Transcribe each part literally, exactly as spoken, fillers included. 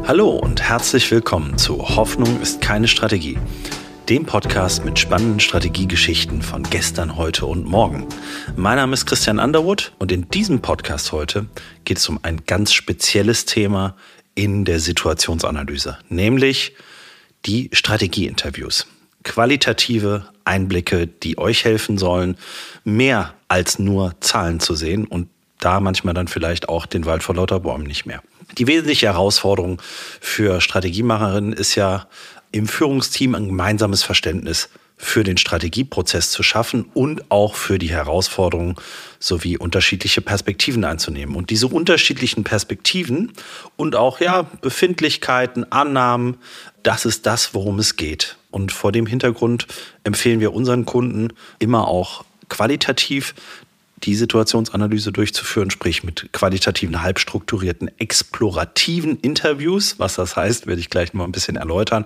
Hallo und herzlich willkommen zu Hoffnung ist keine Strategie, dem Podcast mit spannenden Strategiegeschichten von gestern, heute und morgen. Mein Name ist Christian Underwood und in diesem Podcast heute geht es um ein ganz spezielles Thema in der Situationsanalyse, nämlich die Strategieinterviews. Qualitative Einblicke, die euch helfen sollen, mehr als nur Zahlen zu sehen und da manchmal dann vielleicht auch den Wald vor lauter Bäumen nicht mehr. Die wesentliche Herausforderung für Strategiemacherinnen ist ja, im Führungsteam ein gemeinsames Verständnis für den Strategieprozess zu schaffen und auch für die Herausforderungen sowie unterschiedliche Perspektiven einzunehmen. Und diese unterschiedlichen Perspektiven und auch ja, Befindlichkeiten, Annahmen, das ist das, worum es geht. Und vor dem Hintergrund empfehlen wir unseren Kunden immer auch qualitativ die Situationsanalyse durchzuführen, sprich mit qualitativen, halbstrukturierten, explorativen Interviews. Was das heißt, werde ich gleich noch ein bisschen erläutern.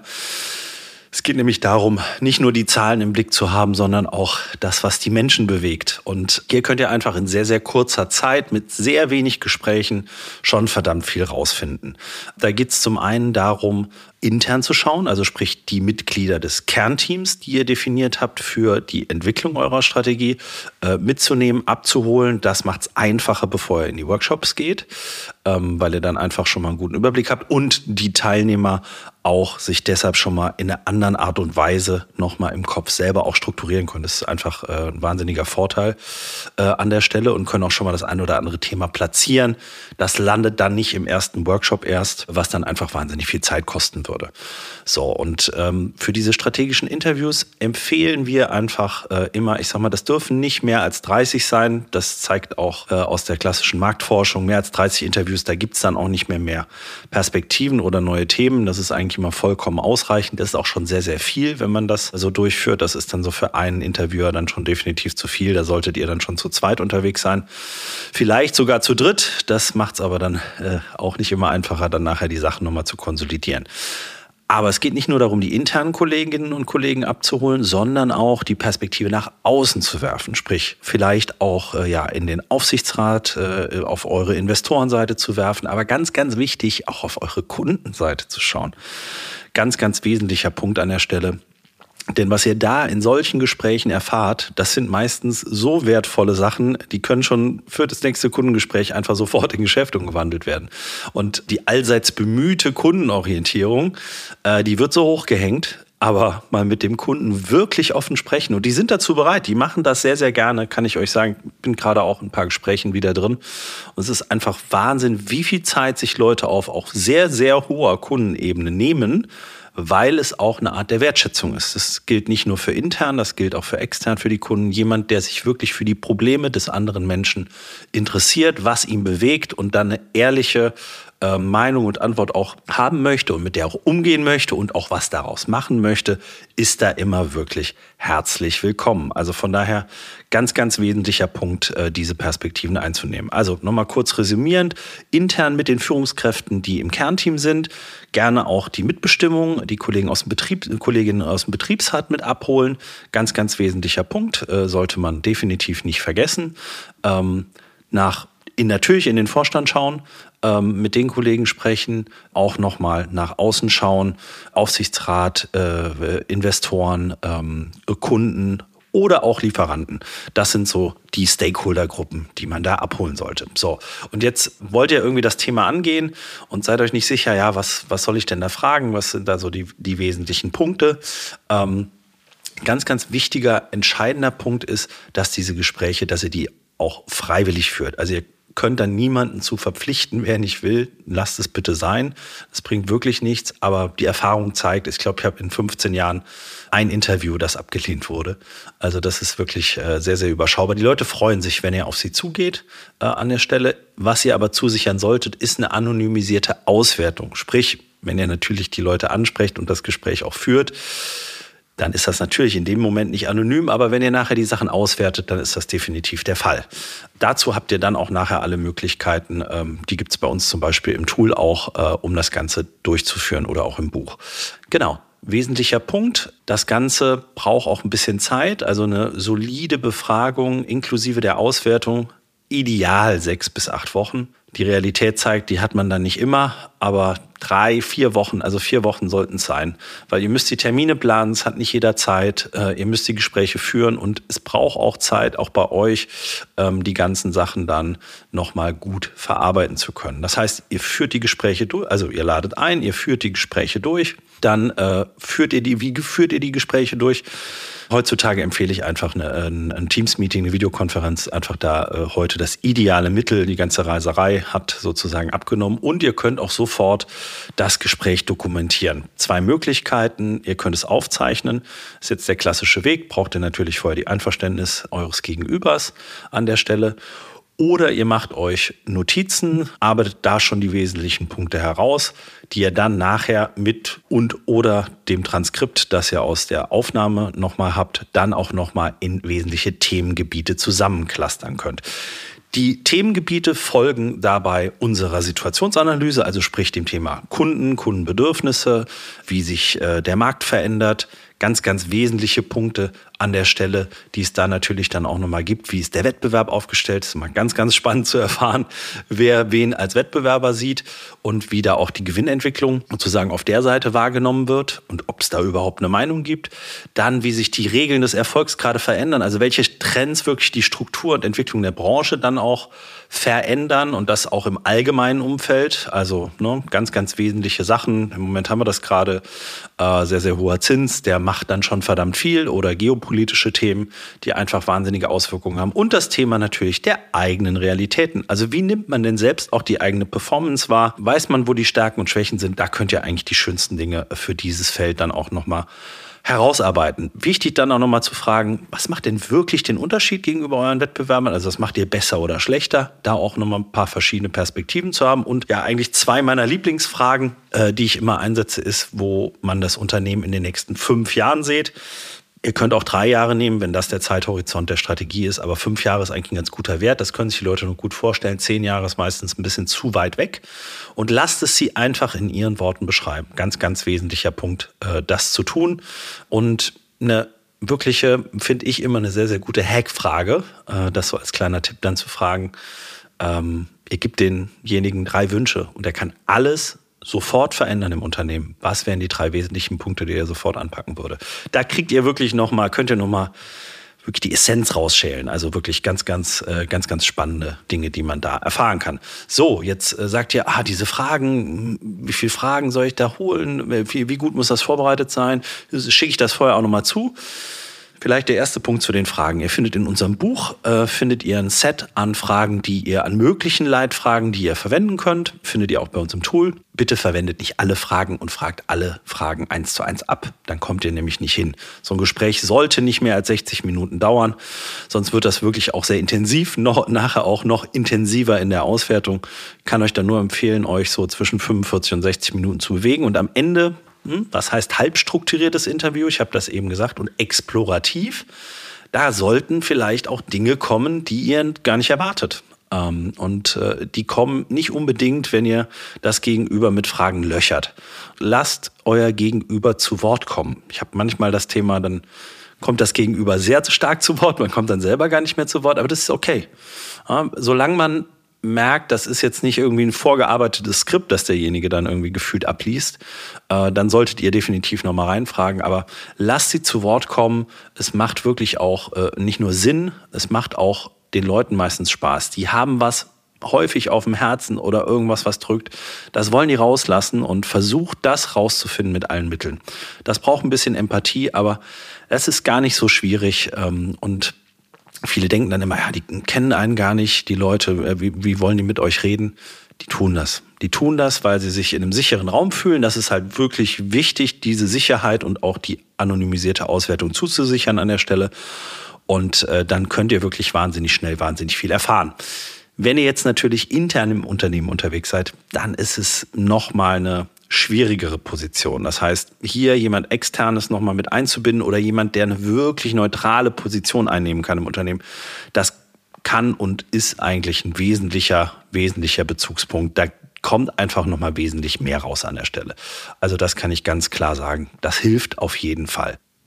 Es geht nämlich darum, nicht nur die Zahlen im Blick zu haben, sondern auch das, was die Menschen bewegt. Und hier könnt ihr einfach in sehr, sehr kurzer Zeit mit sehr wenig Gesprächen schon verdammt viel rausfinden. Da geht es zum einen darum, intern zu schauen, also sprich die Mitglieder des Kernteams, die ihr definiert habt für die Entwicklung eurer Strategie, äh, mitzunehmen, abzuholen. Das macht es einfacher, bevor ihr in die Workshops geht, ähm, weil ihr dann einfach schon mal einen guten Überblick habt und die Teilnehmer auch sich deshalb schon mal in einer anderen Art und Weise nochmal im Kopf selber auch strukturieren können. Das ist einfach äh, ein wahnsinniger Vorteil äh, an der Stelle und können auch schon mal das ein oder andere Thema platzieren. Das landet dann nicht im ersten Workshop erst, was dann einfach wahnsinnig viel Zeit kosten würde. So, und ähm, für diese strategischen Interviews empfehlen wir einfach äh, immer, ich sag mal, das dürfen nicht mehr als dreißig sein. Das zeigt auch äh, aus der klassischen Marktforschung, mehr als dreißig Interviews, da gibt's dann auch nicht mehr mehr Perspektiven oder neue Themen. Das ist eigentlich immer vollkommen ausreichend. Das ist auch schon sehr, sehr viel, wenn man das so durchführt. Das ist dann so für einen Interviewer dann schon definitiv zu viel. Da solltet ihr dann schon zu zweit unterwegs sein. Vielleicht sogar zu dritt. Das macht's aber dann äh, auch nicht immer einfacher, dann nachher die Sachen nochmal zu konsolidieren. Aber es geht nicht nur darum, die internen Kolleginnen und Kollegen abzuholen, sondern auch die Perspektive nach außen zu werfen. Sprich, vielleicht auch äh, ja in den Aufsichtsrat, äh, auf eure Investorenseite zu werfen. Aber ganz, ganz wichtig, auch auf eure Kundenseite zu schauen. Ganz, ganz wesentlicher Punkt an der Stelle. Denn was ihr da in solchen Gesprächen erfahrt, das sind meistens so wertvolle Sachen, die können schon für das nächste Kundengespräch einfach sofort in Geschäft umgewandelt werden. Und die allseits bemühte Kundenorientierung, äh, die wird so hochgehängt, aber mal mit dem Kunden wirklich offen sprechen. Und die sind dazu bereit, die machen das sehr, sehr gerne, kann ich euch sagen. Ich bin gerade auch in ein paar Gesprächen wieder drin. Und es ist einfach Wahnsinn, wie viel Zeit sich Leute auf auch sehr, sehr hoher Kundenebene nehmen, weil es auch eine Art der Wertschätzung ist. Das gilt nicht nur für intern, das gilt auch für extern, für die Kunden. Jemand, der sich wirklich für die Probleme des anderen Menschen interessiert, was ihn bewegt und dann eine ehrliche äh, Meinung und Antwort auch haben möchte und mit der auch umgehen möchte und auch was daraus machen möchte, ist da immer wirklich herzlich willkommen. Also von daher ganz, ganz wesentlicher Punkt, äh, diese Perspektiven einzunehmen. Also nochmal kurz resümierend, intern mit den Führungskräften, die im Kernteam sind, gerne auch die Mitbestimmung, die Kollegen aus dem Betrieb, Kolleginnen aus dem Betriebsrat mit abholen. Ganz, ganz wesentlicher Punkt, äh, sollte man definitiv nicht vergessen. Ähm, nach in, natürlich in den Vorstand schauen, ähm, mit den Kollegen sprechen, auch nochmal nach außen schauen, Aufsichtsrat, äh, Investoren, ähm, Kunden oder auch Lieferanten. Das sind so die Stakeholder-Gruppen, die man da abholen sollte. So, und jetzt wollt ihr irgendwie das Thema angehen und seid euch nicht sicher, ja, was, was soll ich denn da fragen? Was sind da so die, die wesentlichen Punkte? Ähm, ganz, ganz wichtiger, entscheidender Punkt ist, dass diese Gespräche, dass ihr die auch freiwillig führt. Also ihr könnt dann niemanden zu verpflichten, wer nicht will, lasst es bitte sein. Das bringt wirklich nichts, aber die Erfahrung zeigt, ich glaube, ich habe in fünfzehn Jahren ein Interview, das abgelehnt wurde. Also das ist wirklich äh, sehr, sehr überschaubar. Die Leute freuen sich, wenn ihr auf sie zugeht äh, an der Stelle. Was ihr aber zusichern solltet, ist eine anonymisierte Auswertung. Sprich, wenn ihr natürlich die Leute ansprecht und das Gespräch auch führt, dann ist das natürlich in dem Moment nicht anonym, aber wenn ihr nachher die Sachen auswertet, dann ist das definitiv der Fall. Dazu habt ihr dann auch nachher alle Möglichkeiten, ähm, die gibt's bei uns zum Beispiel im Tool auch, äh, um das Ganze durchzuführen oder auch im Buch. Genau, wesentlicher Punkt, das Ganze braucht auch ein bisschen Zeit, also eine solide Befragung inklusive der Auswertung ideal sechs bis acht Wochen. Die Realität zeigt, die hat man dann nicht immer, aber drei, vier Wochen, also vier Wochen sollten es sein. Weil ihr müsst die Termine planen, es hat nicht jeder Zeit, äh, ihr müsst die Gespräche führen und es braucht auch Zeit, auch bei euch, ähm, die ganzen Sachen dann nochmal gut verarbeiten zu können. Das heißt, ihr führt die Gespräche durch, also ihr ladet ein, ihr führt die Gespräche durch, dann äh, führt ihr die, wie führt ihr die Gespräche durch? Heutzutage empfehle ich einfach eine, ein, ein Teams-Meeting, eine Videokonferenz, einfach da äh, heute das ideale Mittel. Die ganze Reiserei hat sozusagen abgenommen und ihr könnt auch sofort das Gespräch dokumentieren. Zwei Möglichkeiten, ihr könnt es aufzeichnen, ist jetzt der klassische Weg, braucht ihr natürlich vorher die Einverständnis eures Gegenübers an der Stelle. Oder ihr macht euch Notizen, arbeitet da schon die wesentlichen Punkte heraus, die ihr dann nachher mit und oder dem Transkript, das ihr aus der Aufnahme nochmal habt, dann auch nochmal in wesentliche Themengebiete zusammenclustern könnt. Die Themengebiete folgen dabei unserer Situationsanalyse, also sprich dem Thema Kunden, Kundenbedürfnisse, wie sich äh, der Markt verändert. Ganz, ganz wesentliche Punkte an der Stelle, die es da natürlich dann auch nochmal gibt. Wie ist der Wettbewerb aufgestellt? Das ist immer ganz, ganz spannend zu erfahren, wer wen als Wettbewerber sieht und wie da auch die Gewinnentwicklung sozusagen auf der Seite wahrgenommen wird und ob es da überhaupt eine Meinung gibt. Dann, wie sich die Regeln des Erfolgs gerade verändern, also welche Trends wirklich die Struktur und Entwicklung der Branche dann auch verändern und das auch im allgemeinen Umfeld. Also ne, ganz, ganz wesentliche Sachen. Im Moment haben wir das gerade, äh, sehr, sehr hoher Zins, der macht dann schon verdammt viel oder geopolitische Themen, die einfach wahnsinnige Auswirkungen haben. Und das Thema natürlich der eigenen Realitäten. Also wie nimmt man denn selbst auch die eigene Performance wahr? Weiß man, wo die Stärken und Schwächen sind? Da könnt ihr eigentlich die schönsten Dinge für dieses Feld dann auch nochmal herausarbeiten. Wichtig dann auch nochmal zu fragen, was macht denn wirklich den Unterschied gegenüber euren Wettbewerbern? Also was macht ihr besser oder schlechter? Da auch nochmal ein paar verschiedene Perspektiven zu haben. Und ja, eigentlich zwei meiner Lieblingsfragen, äh, die ich immer einsetze, ist, wo man das Unternehmen in den nächsten fünf Jahren sieht. Ihr könnt auch drei Jahre nehmen, wenn das der Zeithorizont der Strategie ist. Aber fünf Jahre ist eigentlich ein ganz guter Wert. Das können sich die Leute nur gut vorstellen. Zehn Jahre ist meistens ein bisschen zu weit weg. Und lasst es sie einfach in ihren Worten beschreiben. Ganz, ganz wesentlicher Punkt, das zu tun. Und eine wirkliche, finde ich, immer eine sehr, sehr gute Hack-Frage. Das so als kleiner Tipp dann zu fragen. Ihr gebt denjenigen drei Wünsche und er kann alles sofort verändern im Unternehmen. Was wären die drei wesentlichen Punkte, die er sofort anpacken würde? Da kriegt ihr wirklich nochmal, könnt ihr nochmal wirklich die Essenz rausschälen. Also wirklich ganz, ganz, ganz, ganz spannende Dinge, die man da erfahren kann. So, jetzt sagt ihr, ah, diese Fragen, wie viele Fragen soll ich da holen? Wie, wie gut muss das vorbereitet sein? Schicke ich das vorher auch nochmal zu? Vielleicht der erste Punkt zu den Fragen. Ihr findet in unserem Buch, äh, findet ihr ein Set an Fragen, die ihr an möglichen Leitfragen, die ihr verwenden könnt. Findet ihr auch bei uns im Tool. Bitte verwendet nicht alle Fragen und fragt alle Fragen eins zu eins ab. Dann kommt ihr nämlich nicht hin. So ein Gespräch sollte nicht mehr als sechzig Minuten dauern. Sonst wird das wirklich auch sehr intensiv, noch, nachher auch noch intensiver in der Auswertung. Ich kann euch dann nur empfehlen, euch so zwischen fünfundvierzig und sechzig Minuten zu bewegen. Und am Ende, was heißt halb strukturiertes Interview? Ich habe das eben gesagt. Und explorativ, da sollten vielleicht auch Dinge kommen, die ihr gar nicht erwartet. Und die kommen nicht unbedingt, wenn ihr das Gegenüber mit Fragen löchert. Lasst euer Gegenüber zu Wort kommen. Ich habe manchmal das Thema, dann kommt das Gegenüber sehr stark zu Wort, man kommt dann selber gar nicht mehr zu Wort, aber das ist okay. Solange man merkt, das ist jetzt nicht irgendwie ein vorgearbeitetes Skript, das derjenige dann irgendwie gefühlt abliest, äh, dann solltet ihr definitiv nochmal reinfragen. Aber lasst sie zu Wort kommen. Es macht wirklich auch äh, nicht nur Sinn, es macht auch den Leuten meistens Spaß. Die haben was häufig auf dem Herzen oder irgendwas, was drückt. Das wollen die rauslassen und versucht, das rauszufinden mit allen Mitteln. Das braucht ein bisschen Empathie, aber es ist gar nicht so schwierig ähm, und viele denken dann immer, ja, die kennen einen gar nicht, die Leute, wie, wie wollen die mit euch reden? Die tun das. Die tun das, weil sie sich in einem sicheren Raum fühlen. Das ist halt wirklich wichtig, diese Sicherheit und auch die anonymisierte Auswertung zuzusichern an der Stelle. Und äh, dann könnt ihr wirklich wahnsinnig schnell, wahnsinnig viel erfahren. Wenn ihr jetzt natürlich intern im Unternehmen unterwegs seid, dann ist es nochmal eine schwierigere Position. Das heißt, hier jemand Externes nochmal mit einzubinden oder jemand, der eine wirklich neutrale Position einnehmen kann im Unternehmen, das kann und ist eigentlich ein wesentlicher, wesentlicher Bezugspunkt. Da kommt einfach nochmal wesentlich mehr raus an der Stelle. Also das kann ich ganz klar sagen. Das hilft auf jeden Fall.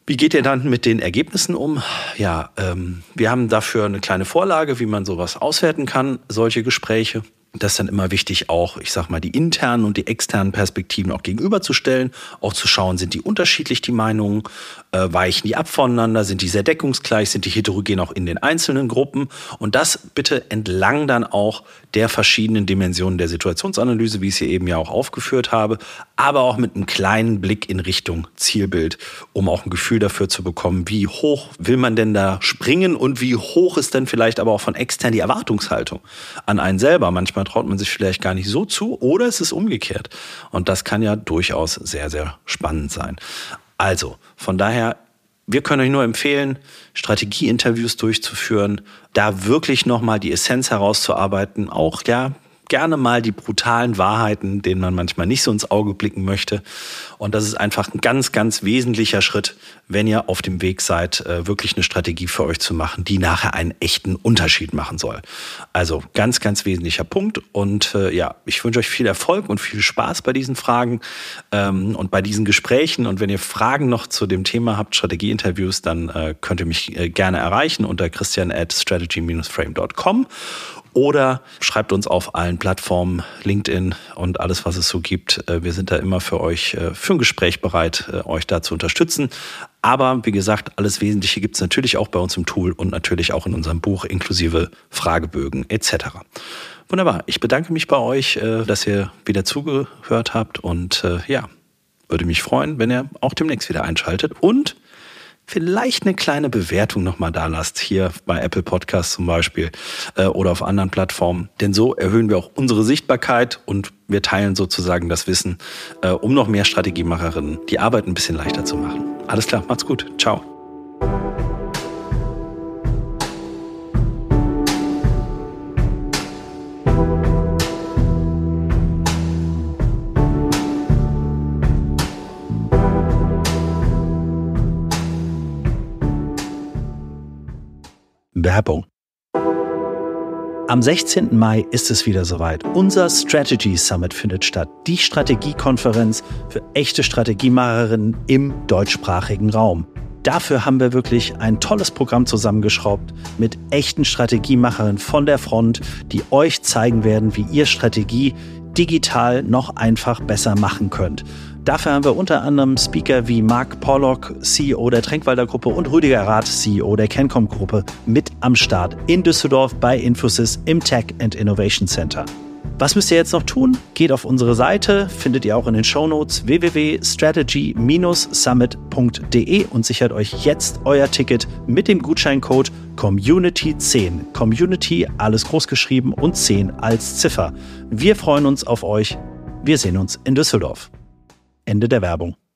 Wie geht ihr dann mit den Ergebnissen um? Ja, ähm, wir haben dafür eine kleine Vorlage, wie man sowas auswerten kann, solche Gespräche. Das ist dann immer wichtig, auch, ich sag mal, die internen und die externen Perspektiven auch gegenüberzustellen, auch zu schauen, sind die unterschiedlich, die Meinungen, äh, weichen die ab voneinander, sind die sehr deckungsgleich, sind die heterogen auch in den einzelnen Gruppen, und das bitte entlang dann auch der verschiedenen Dimensionen der Situationsanalyse, wie ich es hier eben ja auch aufgeführt habe, aber auch mit einem kleinen Blick in Richtung Zielbild, um auch ein Gefühl dafür zu bekommen, wie hoch will man denn da springen und wie hoch ist denn vielleicht aber auch von extern die Erwartungshaltung an einen selber. Manchmal traut man sich vielleicht gar nicht so zu, oder es ist umgekehrt. Und das kann ja durchaus sehr, sehr spannend sein. Also, von daher, wir können euch nur empfehlen, Strategieinterviews durchzuführen, da wirklich nochmal die Essenz herauszuarbeiten, auch ja gerne mal die brutalen Wahrheiten, denen man manchmal nicht so ins Auge blicken möchte. Und das ist einfach ein ganz, ganz wesentlicher Schritt, wenn ihr auf dem Weg seid, wirklich eine Strategie für euch zu machen, die nachher einen echten Unterschied machen soll. Also ganz, ganz wesentlicher Punkt. Und äh, ja, ich wünsche euch viel Erfolg und viel Spaß bei diesen Fragen ähm, und bei diesen Gesprächen. Und wenn ihr Fragen noch zu dem Thema habt, Strategieinterviews, dann äh, könnt ihr mich äh, gerne erreichen unter christian at strategy dash frame dot com. Oder schreibt uns auf allen Plattformen, LinkedIn und alles, was es so gibt. Wir sind da immer für euch, für ein Gespräch bereit, euch da zu unterstützen. Aber wie gesagt, alles Wesentliche gibt es natürlich auch bei uns im Tool und natürlich auch in unserem Buch, inklusive Fragebögen et cetera. Wunderbar, ich bedanke mich bei euch, dass ihr wieder zugehört habt. Und ja, würde mich freuen, wenn ihr auch demnächst wieder einschaltet und vielleicht eine kleine Bewertung nochmal da lasst, hier bei Apple Podcasts zum Beispiel äh, oder auf anderen Plattformen. Denn so erhöhen wir auch unsere Sichtbarkeit und wir teilen sozusagen das Wissen, äh, um noch mehr Strategiemacherinnen die Arbeit ein bisschen leichter zu machen. Alles klar, macht's gut. Ciao. Werbung. Am sechzehnten Mai ist es wieder soweit. Unser Strategy Summit findet statt. Die Strategiekonferenz für echte Strategiemacherinnen im deutschsprachigen Raum. Dafür haben wir wirklich ein tolles Programm zusammengeschraubt mit echten Strategiemacherinnen von der Front, die euch zeigen werden, wie ihr Strategie digital noch einfach besser machen könnt. Dafür haben wir unter anderem Speaker wie Mark Pollock, C E O der Tränkwalder Gruppe, und Rüdiger Rath, C E O der Kencom Gruppe, mit am Start in Düsseldorf bei Infosys im Tech and Innovation Center. Was müsst ihr jetzt noch tun? Geht auf unsere Seite, findet ihr auch in den Shownotes w w w punkt strategy dash summit punkt d e und sichert euch jetzt euer Ticket mit dem Gutscheincode Community zehn. Community, alles groß geschrieben, und zehn als Ziffer. Wir freuen uns auf euch. Wir sehen uns in Düsseldorf. Ende der Werbung.